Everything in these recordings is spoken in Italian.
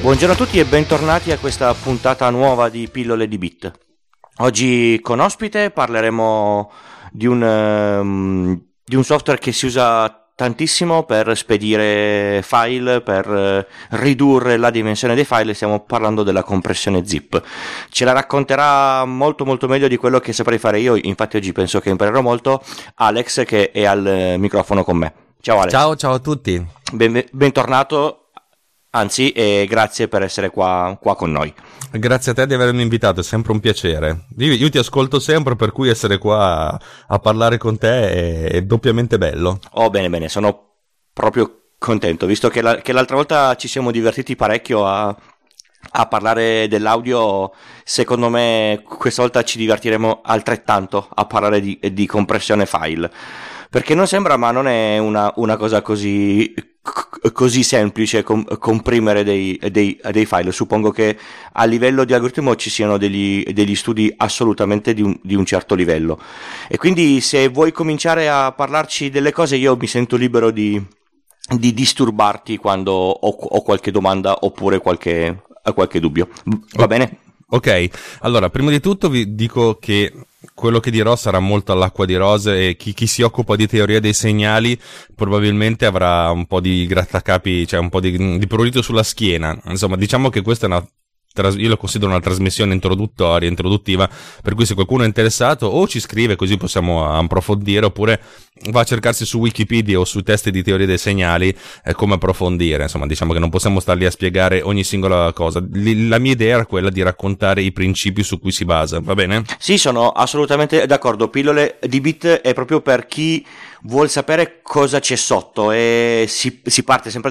Buongiorno a tutti e bentornati a questa puntata nuova di Pillole di Bit. Oggi con ospite parleremo di un software che si usa tantissimo per spedire file, per ridurre la dimensione dei file. Stiamo parlando della compressione zip. Ce la racconterà molto meglio di quello che saprei fare io, infatti oggi penso che imparerò molto, Alex, che è al microfono con me. Ciao Alex. Ciao a tutti. Bentornato. Anzi, grazie per essere qua con noi. Grazie a te di avermi invitato, è sempre un piacere. Io ti ascolto sempre, per cui essere qua a parlare con te è doppiamente bello. Oh, bene, sono proprio contento, visto che l'altra volta ci siamo divertiti parecchio a parlare dell'audio. Secondo me questa volta ci divertiremo altrettanto a parlare di compressione file, perché non sembra, ma non è una cosa così semplice comprimere dei file. Suppongo che a livello di algoritmo ci siano degli studi assolutamente di un certo livello, e quindi se vuoi cominciare a parlarci delle cose io mi sento libero di disturbarti quando ho qualche domanda oppure qualche dubbio. Va bene? Ok, allora prima di tutto vi dico che quello che dirò sarà molto all'acqua di rose, e chi si occupa di teoria dei segnali probabilmente avrà un po' di grattacapi, cioè un po' di prurito sulla schiena. Insomma, diciamo che questa è io lo considero una trasmissione introduttiva, per cui se qualcuno è interessato o ci scrive così possiamo approfondire, oppure va a cercarsi su Wikipedia o sui testi di teoria dei segnali come approfondire. Insomma, diciamo che non possiamo star lì a spiegare ogni singola cosa. La mia idea era quella di raccontare i principi su cui si basa, va bene? Sì, sono assolutamente d'accordo. Pillole di Bit è proprio per chi vuol sapere cosa c'è sotto, e si parte sempre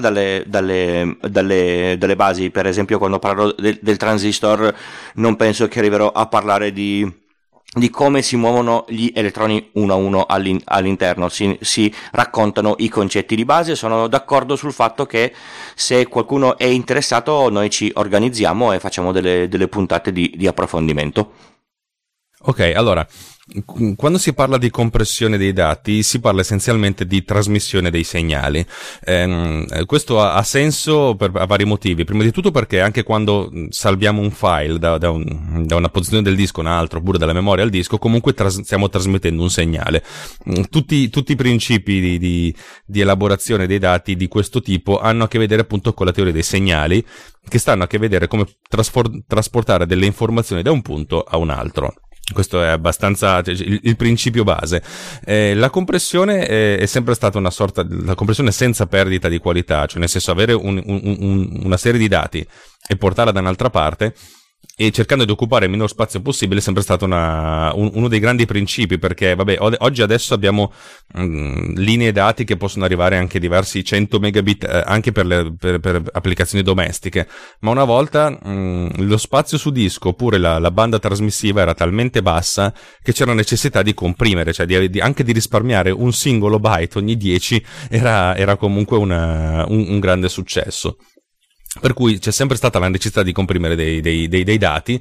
dalle basi. Per esempio, quando parlo del transistor non penso che arriverò a parlare di come si muovono gli elettroni uno a uno all'interno. Si raccontano i concetti di base. Sono d'accordo sul fatto che se qualcuno è interessato noi ci organizziamo e facciamo delle puntate di approfondimento. Ok, allora, quando si parla di compressione dei dati si parla essenzialmente di trasmissione dei segnali. Questo ha senso a vari motivi. Prima di tutto perché anche quando salviamo un file da una posizione del disco a un altro, oppure dalla memoria al disco, comunque stiamo trasmettendo un segnale. Tutti i principi di elaborazione dei dati di questo tipo hanno a che vedere appunto con la teoria dei segnali, che stanno a che vedere come trasportare delle informazioni da un punto a un altro. Questo è abbastanza il principio base. La compressione è sempre stata una sorta, la compressione senza perdita di qualità, cioè nel senso avere una serie di dati e portarla da un'altra parte e cercando di occupare il minor spazio possibile è sempre stato uno dei grandi principi, perché vabbè, oggi adesso abbiamo linee dati che possono arrivare anche diversi 100 megabit anche per applicazioni domestiche, ma una volta lo spazio su disco oppure la banda trasmissiva era talmente bassa che c'era necessità di comprimere, cioè anche di risparmiare un singolo byte ogni 10 era comunque un grande successo. Per cui c'è sempre stata la necessità di comprimere dei dati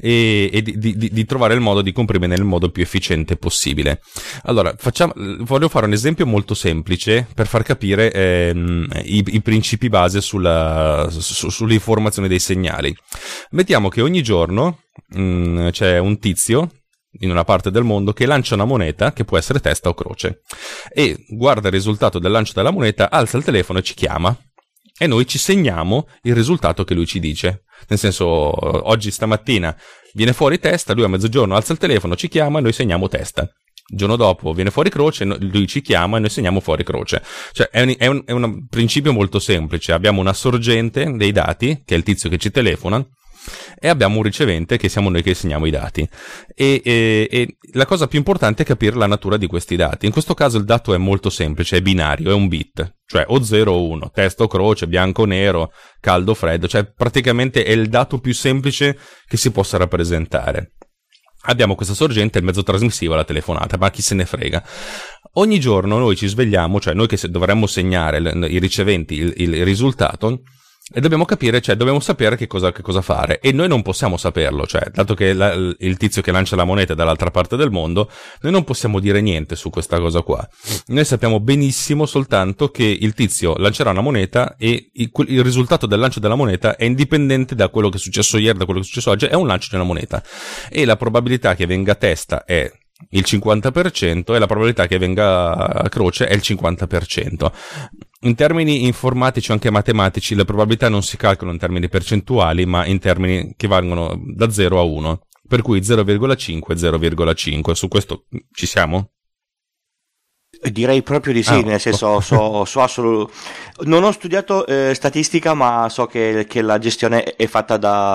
e di trovare il modo di comprimere nel modo più efficiente possibile. Allora, voglio fare un esempio molto semplice per far capire i principi base sull'informazione dei segnali. Mettiamo che ogni giorno c'è un tizio in una parte del mondo che lancia una moneta che può essere testa o croce e guarda il risultato del lancio della moneta, alza il telefono e ci chiama. E noi ci segniamo il risultato che lui ci dice. Nel senso, oggi stamattina viene fuori testa, lui a mezzogiorno alza il telefono, ci chiama e noi segniamo testa. Il giorno dopo viene fuori croce, lui ci chiama e noi segniamo fuori croce. Cioè è un principio molto semplice. Abbiamo una sorgente dei dati, che è il tizio che ci telefona, e abbiamo un ricevente che siamo noi che segniamo i dati. E la cosa più importante è capire la natura di questi dati. In questo caso il dato è molto semplice, è binario, è un bit, cioè o 0 o 1, testa o croce, bianco o nero, caldo o freddo, cioè praticamente è il dato più semplice che si possa rappresentare. Abbiamo questa sorgente, il mezzo trasmissivo, la telefonata, ma chi se ne frega. Ogni giorno noi ci svegliamo, cioè noi che dovremmo segnare i riceventi il risultato, E dobbiamo capire, cioè dobbiamo sapere che cosa fare, e noi non possiamo saperlo, cioè dato che il tizio che lancia la moneta è dall'altra parte del mondo, noi non possiamo dire niente su questa cosa qua. Noi sappiamo benissimo soltanto che il tizio lancerà una moneta e il risultato del lancio della moneta è indipendente da quello che è successo ieri, da quello che è successo oggi, è un lancio di una moneta, e la probabilità che venga a testa è il 50% e la probabilità che venga a croce è il 50%. In termini informatici o anche matematici le probabilità non si calcolano in termini percentuali, ma in termini che valgono da 0 a 1, per cui 0,5 e 0,5. Su questo ci siamo? Direi proprio di sì, nel senso non ho studiato statistica, ma so che la gestione è fatta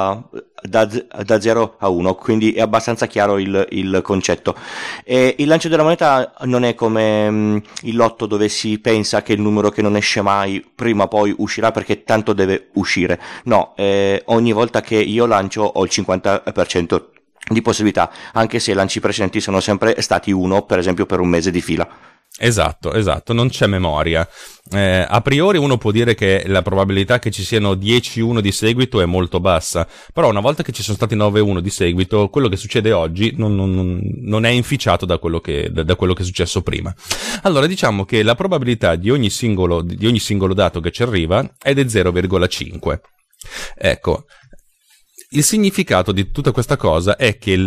da 0 a 1, quindi è abbastanza chiaro il concetto. E il lancio della moneta non è come il lotto, dove si pensa che il numero che non esce mai prima o poi uscirà perché tanto deve uscire. No, ogni volta che io lancio ho il 50% di possibilità, anche se i lanci precedenti sono sempre stati 1, per esempio per un mese di fila. Esatto, non c'è memoria. A priori uno può dire che la probabilità che ci siano 10-1 di seguito è molto bassa, però una volta che ci sono stati 9-1 di seguito, quello che succede oggi non è inficiato da quello che è successo prima. Allora diciamo che la probabilità di ogni singolo dato che ci arriva è di 0,5. Ecco. Il significato di tutta questa cosa è che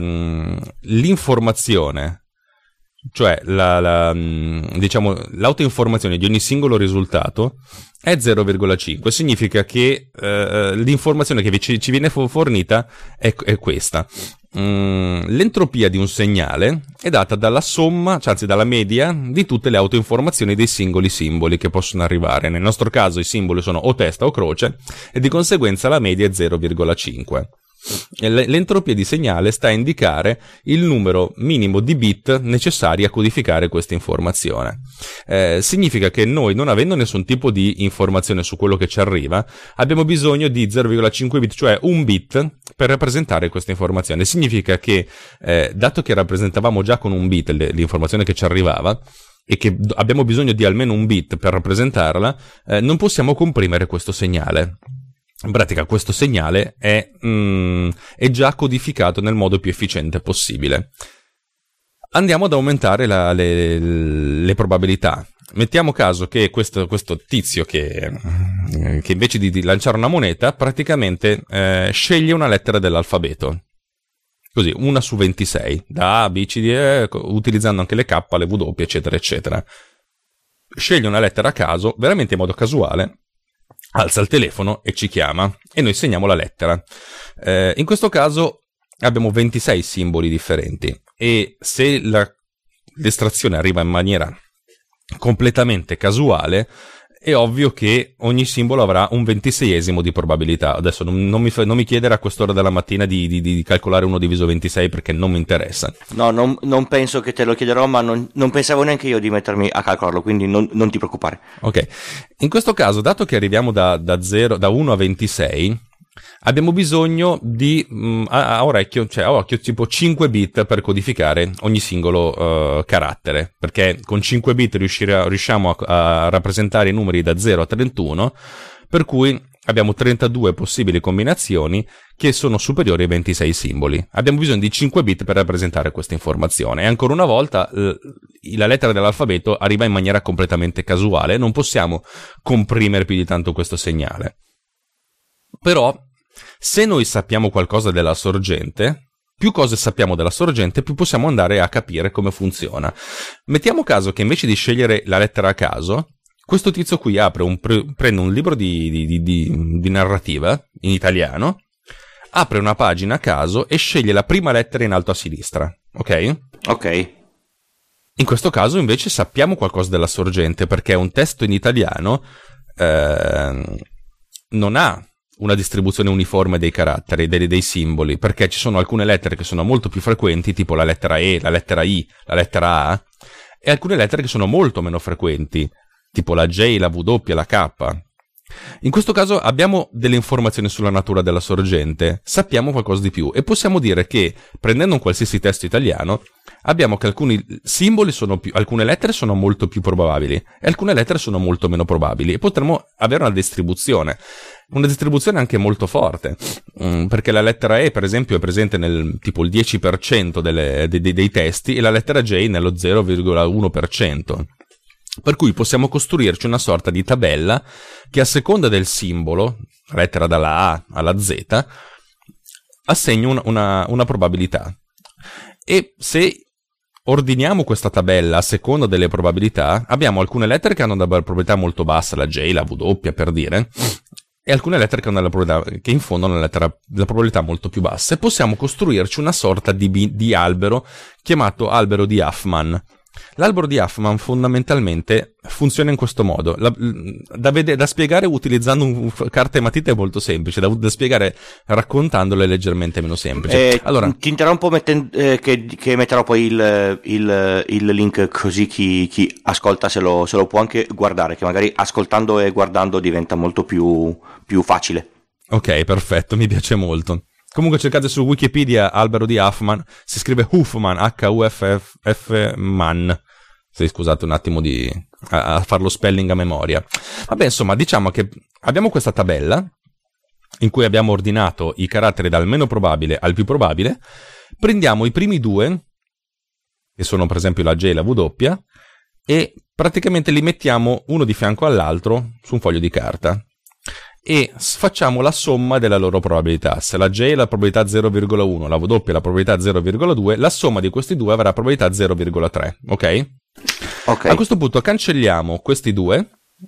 l'informazione, cioè diciamo l'autoinformazione di ogni singolo risultato è 0,5. Significa che l'informazione che ci viene fornita è questa. L'entropia di un segnale è data dalla somma, cioè anzi dalla media di tutte le autoinformazioni dei singoli simboli che possono arrivare. Nel nostro caso i simboli sono o testa o croce e di conseguenza la media è 0,5. L'entropia di segnale sta a indicare il numero minimo di bit necessari a codificare questa informazione. Significa che noi, non avendo nessun tipo di informazione su quello che ci arriva, abbiamo bisogno di 0,5 bit, cioè un bit, per rappresentare questa informazione. Significa che, dato che rappresentavamo già con un bit l'informazione che ci arrivava, e che abbiamo bisogno di almeno un bit per rappresentarla, non possiamo comprimere questo segnale. In pratica questo segnale è già codificato nel modo più efficiente possibile. Andiamo ad aumentare le probabilità. Mettiamo caso che questo tizio che invece di lanciare una moneta praticamente sceglie una lettera dell'alfabeto. Così, una su 26, da A, B, C, D, E, utilizzando anche le K, le W, eccetera, eccetera. Sceglie una lettera a caso, veramente in modo casuale, alza il telefono e ci chiama e noi segniamo la lettera. In questo caso abbiamo 26 simboli differenti e se l'estrazione arriva in maniera completamente casuale è ovvio che ogni simbolo avrà un 26esimo di probabilità. Adesso non mi chiedere a quest'ora della mattina di calcolare 1 diviso 26 perché non mi interessa. No, non penso che te lo chiederò, ma non pensavo neanche io di mettermi a calcolarlo, quindi non ti preoccupare. Ok, in questo caso, dato che arriviamo da 1 a 26, abbiamo bisogno di a occhio tipo 5 bit per codificare ogni singolo carattere, perché con 5 bit riusciamo a rappresentare i numeri da 0 a 31, per cui abbiamo 32 possibili combinazioni che sono superiori ai 26 simboli. Abbiamo bisogno di 5 bit per rappresentare questa informazione e ancora una volta la lettera dell'alfabeto arriva in maniera completamente casuale, non possiamo comprimere più di tanto questo segnale. Però se noi sappiamo qualcosa della sorgente, più cose sappiamo della sorgente, più possiamo andare a capire come funziona. Mettiamo caso che invece di scegliere la lettera a caso, questo tizio qui prende un libro di narrativa in italiano, apre una pagina a caso e sceglie la prima lettera in alto a sinistra. Ok? Ok. In questo caso invece sappiamo qualcosa della sorgente, perché un testo in italiano non ha una distribuzione uniforme dei caratteri, dei simboli, perché ci sono alcune lettere che sono molto più frequenti, tipo la lettera E, la lettera I, la lettera A, e alcune lettere che sono molto meno frequenti, tipo la J, la W, la K. In questo caso abbiamo delle informazioni sulla natura della sorgente, sappiamo qualcosa di più, e possiamo dire che, prendendo un qualsiasi testo italiano, abbiamo che alcuni simboli alcune lettere sono molto più probabili, e alcune lettere sono molto meno probabili, e potremmo avere una distribuzione. una distribuzione anche molto forte, perché la lettera E, per esempio, è presente nel tipo il 10% dei testi e la lettera J nello 0,1%. Per cui possiamo costruirci una sorta di tabella che a seconda del simbolo, lettera dalla A alla Z, assegna una probabilità. E se ordiniamo questa tabella a seconda delle probabilità, abbiamo alcune lettere che hanno una probabilità molto bassa, la J, la W per dire, e alcune lettere che hanno la probabilità, che in fondo hanno la probabilità molto più bassa, e possiamo costruirci una sorta di albero chiamato albero di Huffman. L'albero di Huffman fondamentalmente funziona in questo modo. Da spiegare utilizzando carta e matita è molto semplice, da spiegare raccontandolo è leggermente meno semplice. Allora, ti interrompo che metterò poi il link, così chi ascolta se lo può anche guardare, che magari ascoltando e guardando diventa molto più facile. Ok, perfetto, mi piace molto. Comunque cercate su Wikipedia albero di Huffman, si scrive Huffman, Huffman. Se scusate un attimo a fare lo spelling a memoria. Vabbè, insomma, diciamo che abbiamo questa tabella in cui abbiamo ordinato i caratteri dal meno probabile al più probabile, prendiamo i primi due, che sono per esempio la J e la W, e praticamente li mettiamo uno di fianco all'altro su un foglio di carta. E facciamo la somma della loro probabilità. Se la J è la probabilità 0,1, la W è la probabilità 0,2, la somma di questi due avrà probabilità 0,3, ok? A questo punto cancelliamo questi due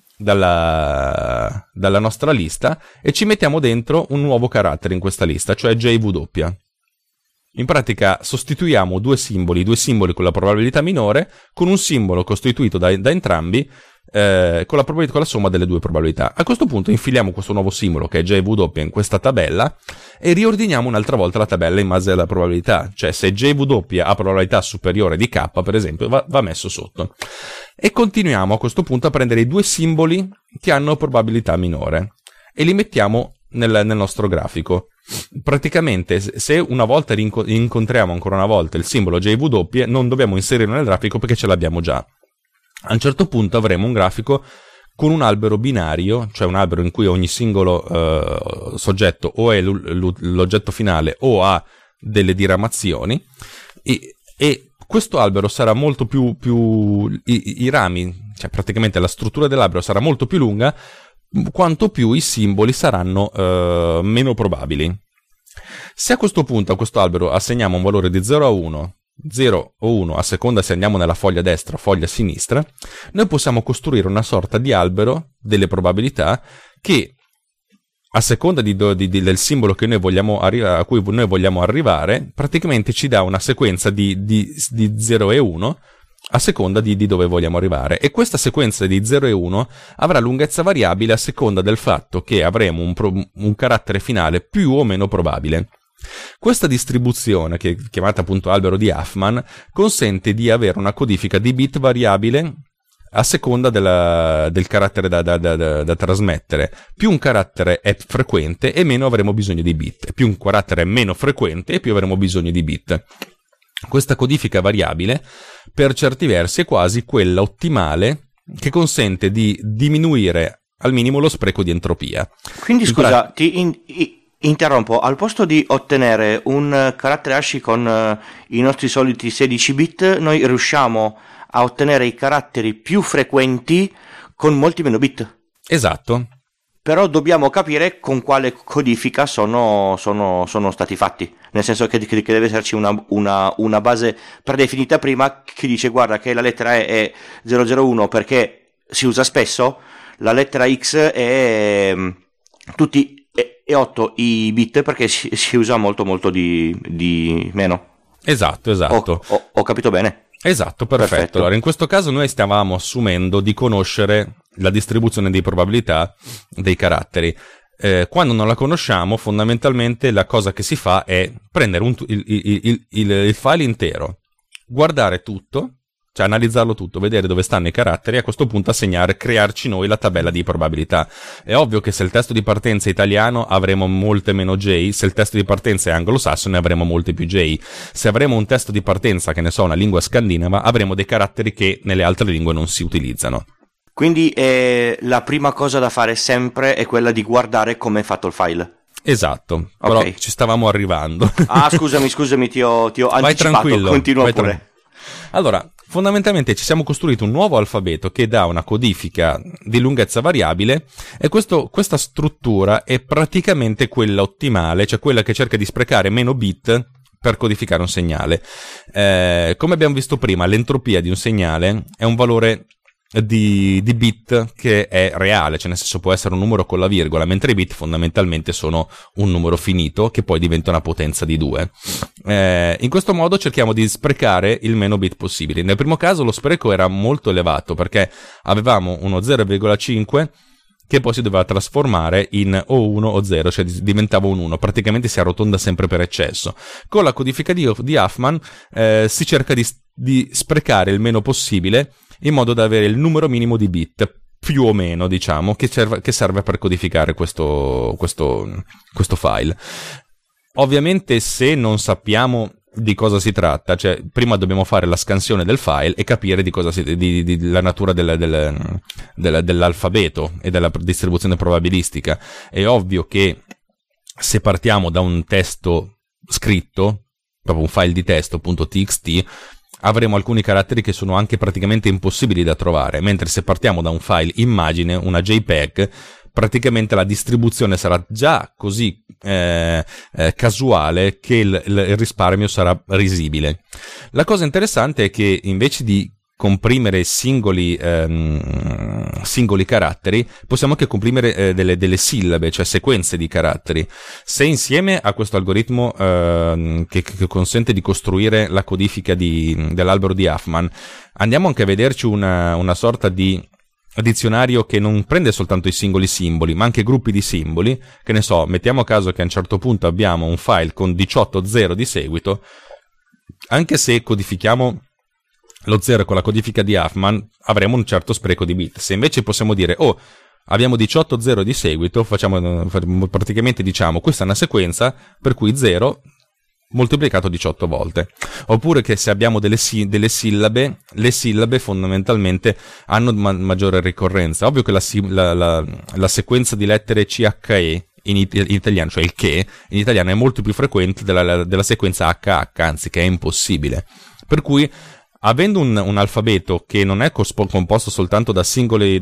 dalla nostra lista e ci mettiamo dentro un nuovo carattere in questa lista, cioè JW. In pratica sostituiamo due simboli con la probabilità minore con un simbolo costituito da entrambi con la somma delle due probabilità. A questo punto infiliamo questo nuovo simbolo che è JW in questa tabella e riordiniamo un'altra volta la tabella in base alla probabilità, cioè se JW ha probabilità superiore di K per esempio va messo sotto, e continuiamo a questo punto a prendere i due simboli che hanno probabilità minore e li mettiamo nel nostro grafico. Praticamente se una volta incontriamo ancora una volta il simbolo JW non dobbiamo inserirlo nel grafico perché ce l'abbiamo già. A un certo punto avremo un grafico con un albero binario, cioè un albero in cui ogni singolo soggetto o è l'oggetto finale o ha delle diramazioni, e questo albero sarà molto più i rami, cioè praticamente la struttura dell'albero sarà molto più lunga quanto più i simboli saranno meno probabili. Se a questo punto a questo albero assegniamo un valore di 0 a 1, 0 o 1 a seconda se andiamo nella foglia destra o foglia sinistra, noi possiamo costruire una sorta di albero delle probabilità che a seconda del simbolo che noi vogliamo a cui noi vogliamo arrivare, praticamente ci dà una sequenza di 0 e 1 a seconda di dove vogliamo arrivare, e questa sequenza di 0 e 1 avrà lunghezza variabile a seconda del fatto che avremo un carattere finale più o meno probabile. Questa distribuzione, che è chiamata appunto albero di Huffman, consente di avere una codifica di bit variabile a seconda del carattere da trasmettere. Più un carattere è frequente e meno avremo bisogno di bit, più un carattere è meno frequente e più avremo bisogno di bit. Questa codifica variabile per certi versi è quasi quella ottimale che consente di diminuire al minimo lo spreco di entropia. Quindi scusa, interrompo, al posto di ottenere un carattere hash con i nostri soliti 16 bit, noi riusciamo a ottenere i caratteri più frequenti con molti meno bit. Esatto. Però dobbiamo capire con quale codifica sono stati fatti, nel senso che deve esserci una base predefinita prima che dice guarda che la lettera E è 001 perché si usa spesso, la lettera X è tutti e 8 i bit perché si usa molto di meno. Esatto. Ho capito bene? Esatto, perfetto. Allora, in questo caso noi stavamo assumendo di conoscere la distribuzione di probabilità dei caratteri. Quando non la conosciamo, fondamentalmente la cosa che si fa è prendere il file intero, guardare tutto, cioè analizzarlo tutto, vedere dove stanno i caratteri e a questo punto crearci noi la tabella di probabilità. È ovvio che se il testo di partenza è italiano avremo molte meno J, se il testo di partenza è anglosassone avremo molte più J. Se avremo un testo di partenza, che ne so, una lingua scandinava, avremo dei caratteri che nelle altre lingue non si utilizzano. Quindi la prima cosa da fare sempre è quella di guardare come è fatto il file. Esatto, Ok. però ci stavamo arrivando. Ah, scusami, ti ho Vai anticipato, tranquillo. continua pure. Allora, fondamentalmente ci siamo costruiti un nuovo alfabeto che dà una codifica di lunghezza variabile e questa struttura è praticamente quella ottimale, cioè quella che cerca di sprecare meno bit per codificare un segnale. Come abbiamo visto prima, l'entropia di un segnale è un valore di bit che è reale, cioè nel senso può essere un numero con la virgola, mentre i bit fondamentalmente sono un numero finito che poi diventa una potenza di 2. In questo modo cerchiamo di sprecare il meno bit possibile. Nel primo caso lo spreco era molto elevato perché avevamo uno 0,5 che poi si doveva trasformare in o 1 o 0, cioè diventava un 1, praticamente si arrotonda sempre per eccesso. Con la codifica di Huffman si cerca di sprecare il meno possibile in modo da avere il numero minimo di bit, più o meno, diciamo, che serve per codificare questo file. Ovviamente se non sappiamo di cosa si tratta, cioè prima dobbiamo fare la scansione del file e capire di cosa la natura dell'alfabeto e della distribuzione probabilistica. È ovvio che se partiamo da un testo scritto, proprio un file di testo, .txt, avremo alcuni caratteri che sono anche praticamente impossibili da trovare, mentre se partiamo da un file immagine, una JPEG, praticamente la distribuzione sarà già così casuale che il risparmio sarà risibile. La cosa interessante è che invece di comprimere singoli caratteri, possiamo anche comprimere delle sillabe, cioè sequenze di caratteri. Se insieme a questo algoritmo che consente di costruire la codifica dell'albero di Huffman andiamo anche a vederci una sorta di dizionario che non prende soltanto i singoli simboli, ma anche gruppi di simboli, che ne so, mettiamo a caso che a un certo punto abbiamo un file con 18 0 di seguito, anche se codifichiamo lo 0 con la codifica di Huffman avremo un certo spreco di bit. Se invece possiamo dire abbiamo 18 0 di seguito, praticamente diciamo questa è una sequenza per cui 0 moltiplicato 18 volte. Oppure che se abbiamo delle sillabe, le sillabe fondamentalmente hanno maggiore ricorrenza. Ovvio che la sequenza di lettere CHE in italiano, cioè il che in italiano è molto più frequente della sequenza HH, anzi che è impossibile. Per cui avendo un alfabeto che non è composto soltanto da singoli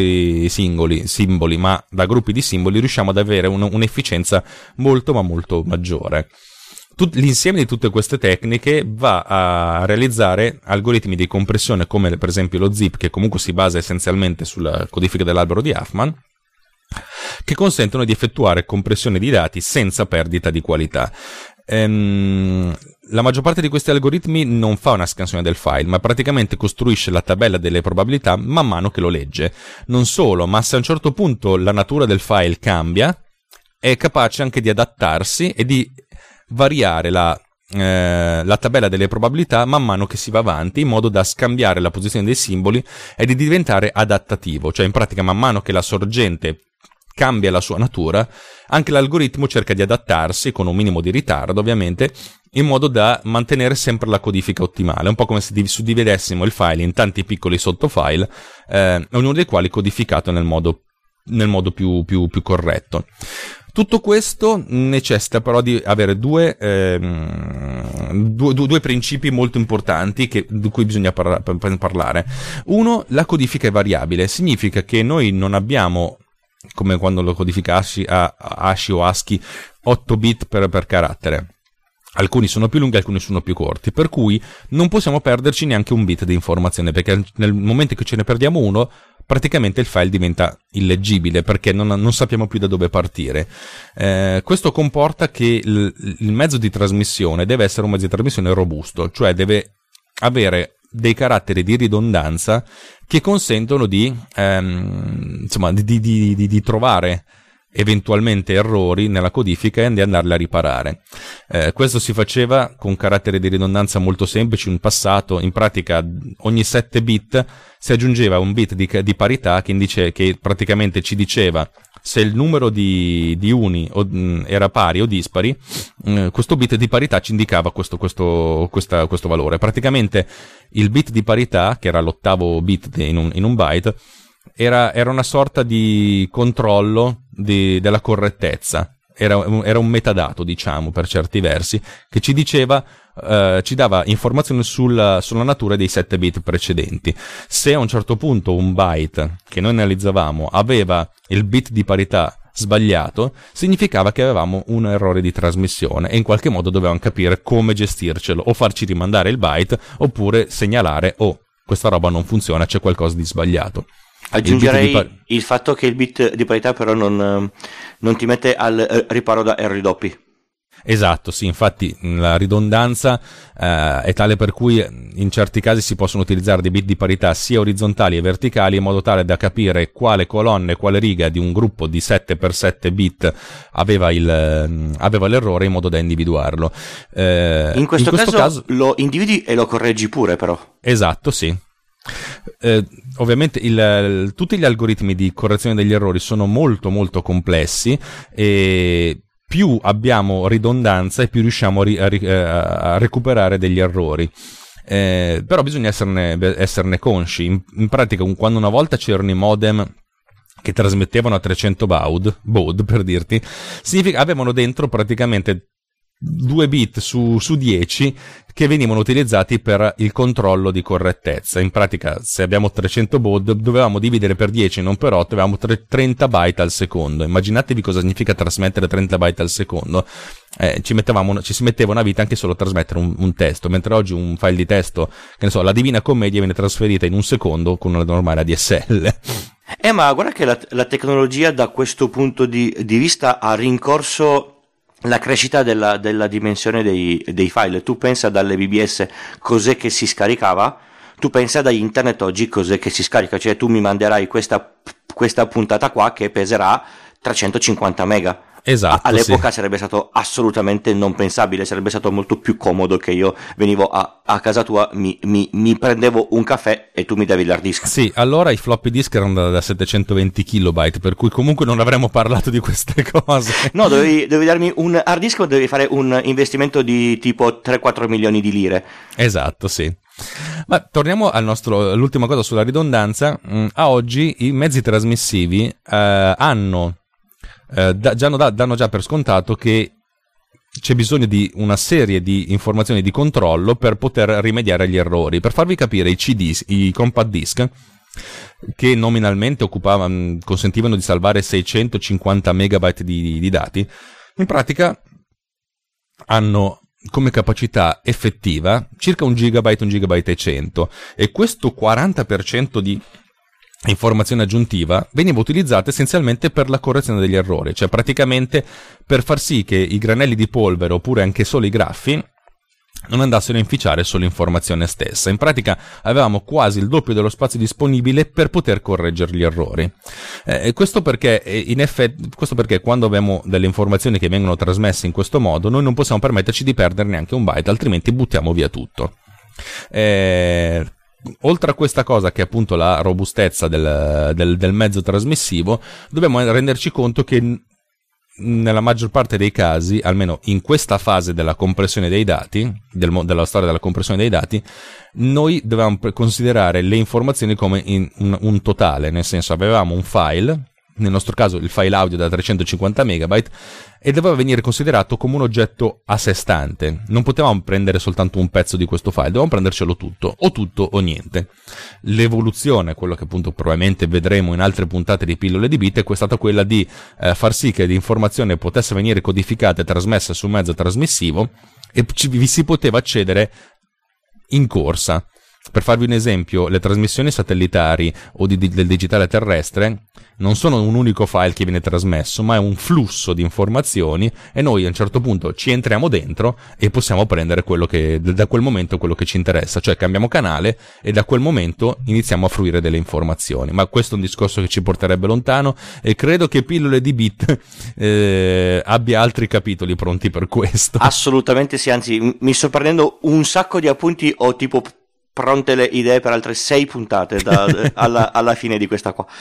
simboli, ma da gruppi di simboli, riusciamo ad avere un'efficienza molto ma molto maggiore. L'insieme di tutte queste tecniche va a realizzare algoritmi di compressione come per esempio lo zip, che comunque si basa essenzialmente sulla codifica dell'albero di Huffman, che consentono di effettuare compressione di dati senza perdita di qualità. La maggior parte di questi algoritmi non fa una scansione del file, ma praticamente costruisce la tabella delle probabilità man mano che lo legge. Non solo, ma se a un certo punto la natura del file cambia, è capace anche di adattarsi e di variare la tabella delle probabilità man mano che si va avanti, in modo da scambiare la posizione dei simboli e di diventare adattativo, cioè in pratica man mano che la sorgente cambia la sua natura, anche l'algoritmo cerca di adattarsi con un minimo di ritardo ovviamente, in modo da mantenere sempre la codifica ottimale, un po' come se suddividessimo il file in tanti piccoli sottofile, ognuno dei quali codificato nel modo più corretto. Tutto questo necessita però di avere due principi molto importanti di cui bisogna parlare. Uno, la codifica è variabile, significa che noi non abbiamo, come quando lo codificassi a ASCII o ASCII, 8 bit per carattere. Alcuni sono più lunghi, alcuni sono più corti, per cui non possiamo perderci neanche un bit di informazione, perché nel momento che ce ne perdiamo uno, praticamente il file diventa illeggibile, perché non sappiamo più da dove partire. Questo comporta che il mezzo di trasmissione deve essere un mezzo di trasmissione robusto, cioè deve avere dei caratteri di ridondanza che consentono di trovare eventualmente errori nella codifica e di andarli a riparare. Questo si faceva con caratteri di ridondanza molto semplici in passato. In pratica ogni 7 bit si aggiungeva un bit di parità che praticamente ci diceva se il numero di uni era pari o dispari. Questo bit di parità ci indicava questo valore. Praticamente il bit di parità, che era l'8º bit in un byte, era una sorta di controllo della correttezza. Era un metadato, diciamo, per certi versi, che ci diceva, ci dava informazioni sulla natura dei 7 bit precedenti. Se a un certo punto un byte che noi analizzavamo aveva il bit di parità sbagliato, significava che avevamo un errore di trasmissione e in qualche modo dovevamo capire come gestircelo, o farci rimandare il byte, oppure segnalare, questa roba non funziona, c'è qualcosa di sbagliato. Aggiungerei il fatto che il bit di parità però non ti mette al riparo da errori doppi. Esatto, sì, infatti la ridondanza è tale per cui in certi casi si possono utilizzare dei bit di parità sia orizzontali che verticali in modo tale da capire quale colonna e quale riga di un gruppo di 7x7 bit aveva l'errore in modo da individuarlo. In questo caso lo individui e lo correggi pure però. Esatto, sì. Ovviamente tutti gli algoritmi di correzione degli errori sono molto molto complessi e più abbiamo ridondanza e più riusciamo a recuperare degli errori. Però bisogna esserne consci. In pratica, quando una volta c'erano i modem che trasmettevano a 300 baud per dirti, avevano dentro praticamente 2 bit su 10 che venivano utilizzati per il controllo di correttezza. In pratica, se abbiamo 300 baud, dovevamo dividere per 10, non per 8, avevamo 30 byte al secondo. Immaginatevi cosa significa trasmettere 30 byte al secondo. Ci si metteva una vita anche solo a trasmettere un testo, mentre oggi un file di testo, che ne so, la Divina Commedia viene trasferita in un secondo con una normale ADSL. Ma guarda che la tecnologia da questo punto di vista ha rincorso la crescita della dimensione dei file. Tu pensa dalle BBS cos'è che si scaricava, tu pensa da internet oggi cos'è che si scarica, cioè tu mi manderai questa puntata qua che peserà 350 mega. Esatto, all'epoca sì. Sarebbe stato assolutamente non pensabile, sarebbe stato molto più comodo che io venivo a casa tua, mi prendevo un caffè e tu mi davi l'hard disk. Sì, allora i floppy disk erano da 720 kilobyte, per cui comunque non avremmo parlato di queste cose. No, dovevi darmi un hard disk o dovevi fare un investimento di tipo 3-4 milioni di lire. Esatto, sì. Ma torniamo all'ultima cosa sulla ridondanza. A oggi i mezzi trasmissivi danno già per scontato che c'è bisogno di una serie di informazioni di controllo per poter rimediare agli errori. Per farvi capire, i compact disc, che nominalmente consentivano di salvare 650 megabyte di dati, in pratica hanno come capacità effettiva circa 1 gigabyte e 100, e questo 40% di informazione aggiuntiva veniva utilizzata essenzialmente per la correzione degli errori, cioè praticamente per far sì che i granelli di polvere oppure anche solo i graffi non andassero a inficiare sull'informazione stessa. In pratica avevamo quasi il doppio dello spazio disponibile per poter correggere gli errori. Questo perché quando abbiamo delle informazioni che vengono trasmesse in questo modo, noi non possiamo permetterci di perdere neanche un byte, altrimenti buttiamo via tutto. Oltre a questa cosa, che è appunto la robustezza del mezzo trasmissivo, dobbiamo renderci conto che nella maggior parte dei casi, almeno in questa fase della compressione dei dati, della storia della compressione dei dati, noi dovevamo considerare le informazioni come un totale, nel senso avevamo un file, nel nostro caso il file audio da 350 megabyte, e doveva venire considerato come un oggetto a sé stante. Non potevamo prendere soltanto un pezzo di questo file, dovevamo prendercelo tutto o niente. L'evoluzione, quello che appunto probabilmente vedremo in altre puntate di Pillole di Bit, è stata quella di far sì che l'informazione potesse venire codificata e trasmessa su un mezzo trasmissivo, e vi si poteva accedere in corsa. Per farvi un esempio, le trasmissioni satellitari o del digitale terrestre non sono un unico file che viene trasmesso, ma è un flusso di informazioni, e noi a un certo punto ci entriamo dentro e possiamo prendere da quel momento quello che ci interessa, cioè cambiamo canale e da quel momento iniziamo a fruire delle informazioni. Ma questo è un discorso che ci porterebbe lontano, e credo che Pillole di Bit abbia altri capitoli pronti per questo. Assolutamente sì, anzi mi sto prendendo un sacco di appunti, ho tipo pronte le idee per altre 6 puntate alla fine di questa qua.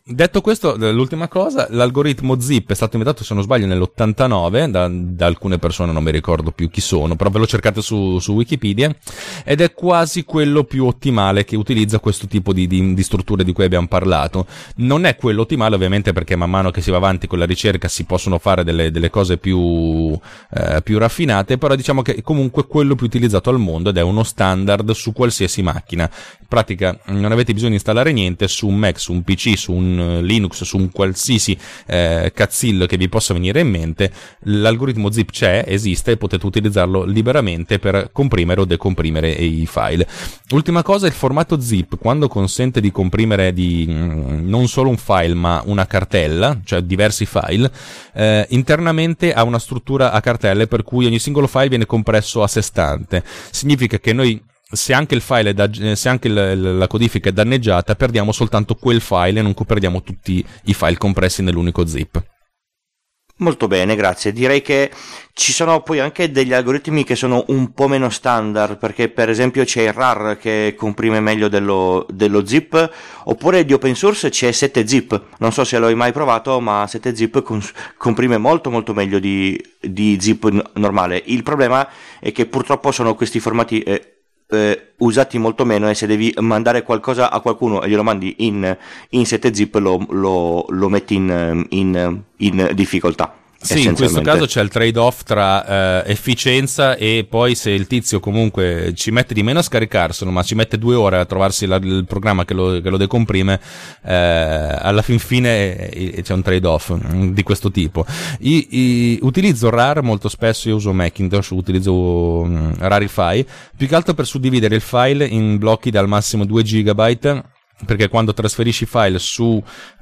Detto questo, l'ultima cosa, l'algoritmo zip è stato inventato, se non sbaglio, nell'89 da alcune persone, non mi ricordo più chi sono, però ve lo cercate su Wikipedia, ed è quasi quello più ottimale che utilizza questo tipo di strutture di cui abbiamo parlato. Non è quello ottimale, ovviamente, perché man mano che si va avanti con la ricerca si possono fare delle cose più raffinate, però diciamo che è comunque quello più utilizzato al mondo ed è uno standard su qualsiasi macchina. In pratica non avete bisogno di installare niente su un Mac, su un PC, su un Linux, su un qualsiasi cazzillo che vi possa venire in mente. L'algoritmo zip esiste e potete utilizzarlo liberamente per comprimere o decomprimere i file. Ultima cosa, il formato zip, quando consente di comprimere non solo un file ma una cartella, cioè diversi file, internamente ha una struttura a cartelle per cui ogni singolo file viene compresso a sé stante. Significa che noi, se anche il file se anche la codifica è danneggiata, perdiamo soltanto quel file e non perdiamo tutti i file compressi nell'unico zip. Molto bene, grazie. Direi che ci sono poi anche degli algoritmi che sono un po' meno standard, perché per esempio c'è il RAR che comprime meglio dello zip, oppure di open source c'è 7zip. Non so se l'hai mai provato, ma 7zip comprime molto molto meglio di zip normale. Il problema è che purtroppo sono questi formati usati molto meno, e se devi mandare qualcosa a qualcuno e glielo mandi in 7zip lo metti in difficoltà. Sì, in questo caso c'è il trade-off tra efficienza e poi, se il tizio comunque ci mette di meno a scaricarselo, ma ci mette 2 ore a trovarsi il programma che lo decomprime, alla fin fine c'è un trade-off di questo tipo. Utilizzo RAR molto spesso, io uso Macintosh, utilizzo Rarify, più che altro per suddividere il file in blocchi da al massimo 2 GB, perché quando trasferisci file su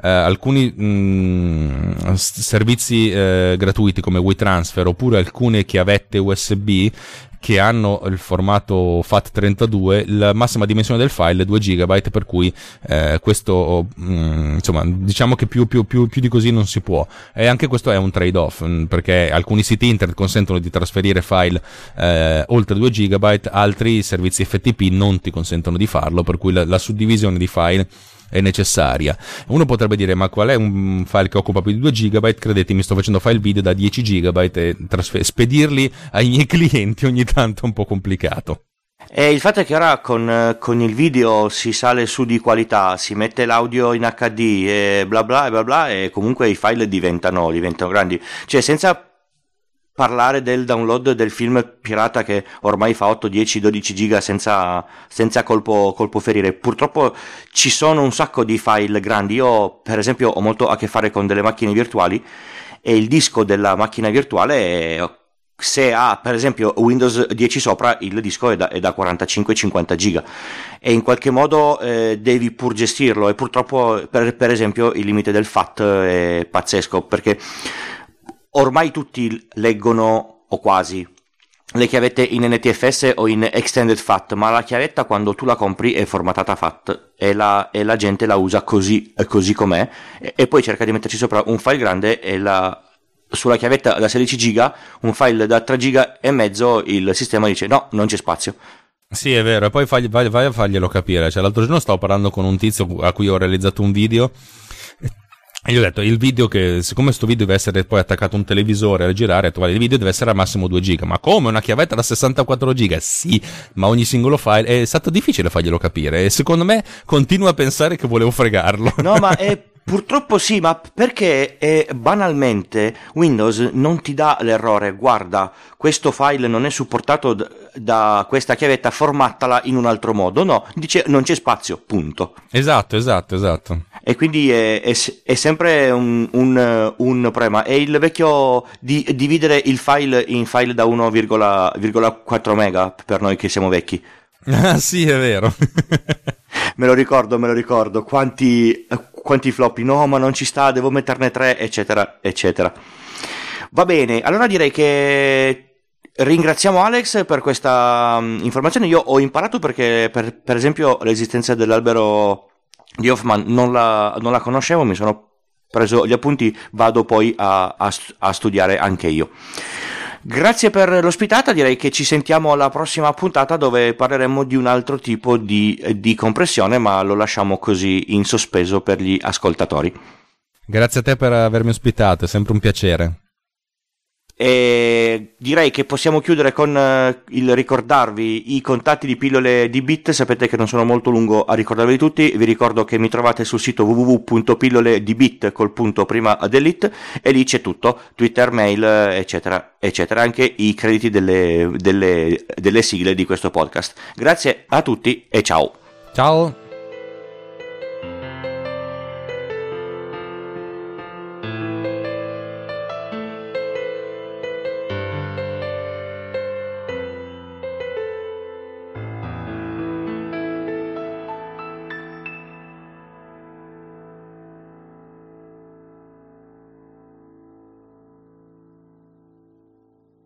alcuni servizi gratuiti come WeTransfer, oppure alcune chiavette USB che hanno il formato FAT32, la massima dimensione del file è 2 GB, per cui questo insomma, diciamo che più di così non si può, e anche questo è un trade-off, perché alcuni siti internet consentono di trasferire file oltre 2 GB, altri servizi FTP non ti consentono di farlo, per cui la suddivisione di file è necessaria. Uno potrebbe dire: ma qual è un file che occupa più di 2 GB? Credetemi, sto facendo file video da 10 GB e spedirli ai miei clienti ogni tanto è un po' complicato. E il fatto è che ora con il video si sale su di qualità, si mette l'audio in HD e bla bla e bla bla, e comunque i file diventano grandi. Cioè, senza parlare del download del film pirata che ormai fa 8, 10, 12 giga senza colpo ferire. Purtroppo ci sono un sacco di file grandi. Io per esempio ho molto a che fare con delle macchine virtuali, e il disco della macchina virtuale, se ha per esempio Windows 10 sopra, il disco è da 45-50 giga, e in qualche modo devi pur gestirlo, e purtroppo per esempio il limite del FAT è pazzesco, perché ormai tutti leggono, o quasi, le chiavette in NTFS o in Extended FAT, ma la chiavetta quando tu la compri è formatata FAT e la gente la usa così com'è, e poi cerca di metterci sopra un file grande, e sulla chiavetta da 16 giga, un file da 3 giga e mezzo, il sistema dice no, non c'è spazio. Sì, è vero, e poi vai a farglielo capire. Cioè, l'altro giorno stavo parlando con un tizio a cui ho realizzato un video, e gli ho detto: il video, che siccome sto video deve essere poi attaccato a un televisore a girare, ho detto, il video deve essere al massimo 2 giga. Ma come, una chiavetta da 64 giga? Sì, ma ogni singolo file è stato difficile farglielo capire, e secondo me continua a pensare che volevo fregarlo. No, ma purtroppo sì, ma perché banalmente Windows non ti dà l'errore: guarda, questo file non è supportato da questa chiavetta, formattala in un altro modo. No, dice non c'è spazio, punto. Esatto. E quindi è sempre un problema. È il vecchio di dividere il file in file da 1,4 mega per noi che siamo vecchi. Ah sì, è vero. Me lo ricordo. Quanti floppy? No, ma non ci sta, devo metterne 3, eccetera, eccetera. Va bene, allora direi che ringraziamo Alex per questa informazione. Io ho imparato, perché per esempio l'esistenza dell'albero di Hoffman non la conoscevo, mi sono preso gli appunti, vado poi a studiare anche io. Grazie per l'ospitata, direi che ci sentiamo alla prossima puntata dove parleremo di un altro tipo di compressione, ma lo lasciamo così in sospeso per gli ascoltatori. Grazie a te per avermi ospitato, è sempre un piacere. E direi che possiamo chiudere con il ricordarvi i contatti di Pillole di Bit. Sapete che non sono molto lungo a ricordarvi tutti. Vi ricordo che mi trovate sul sito www.pilloledibit col punto prima dell'it, e lì c'è tutto: Twitter, mail, eccetera eccetera, anche i crediti delle sigle di questo podcast. Grazie a tutti e ciao. Ciao.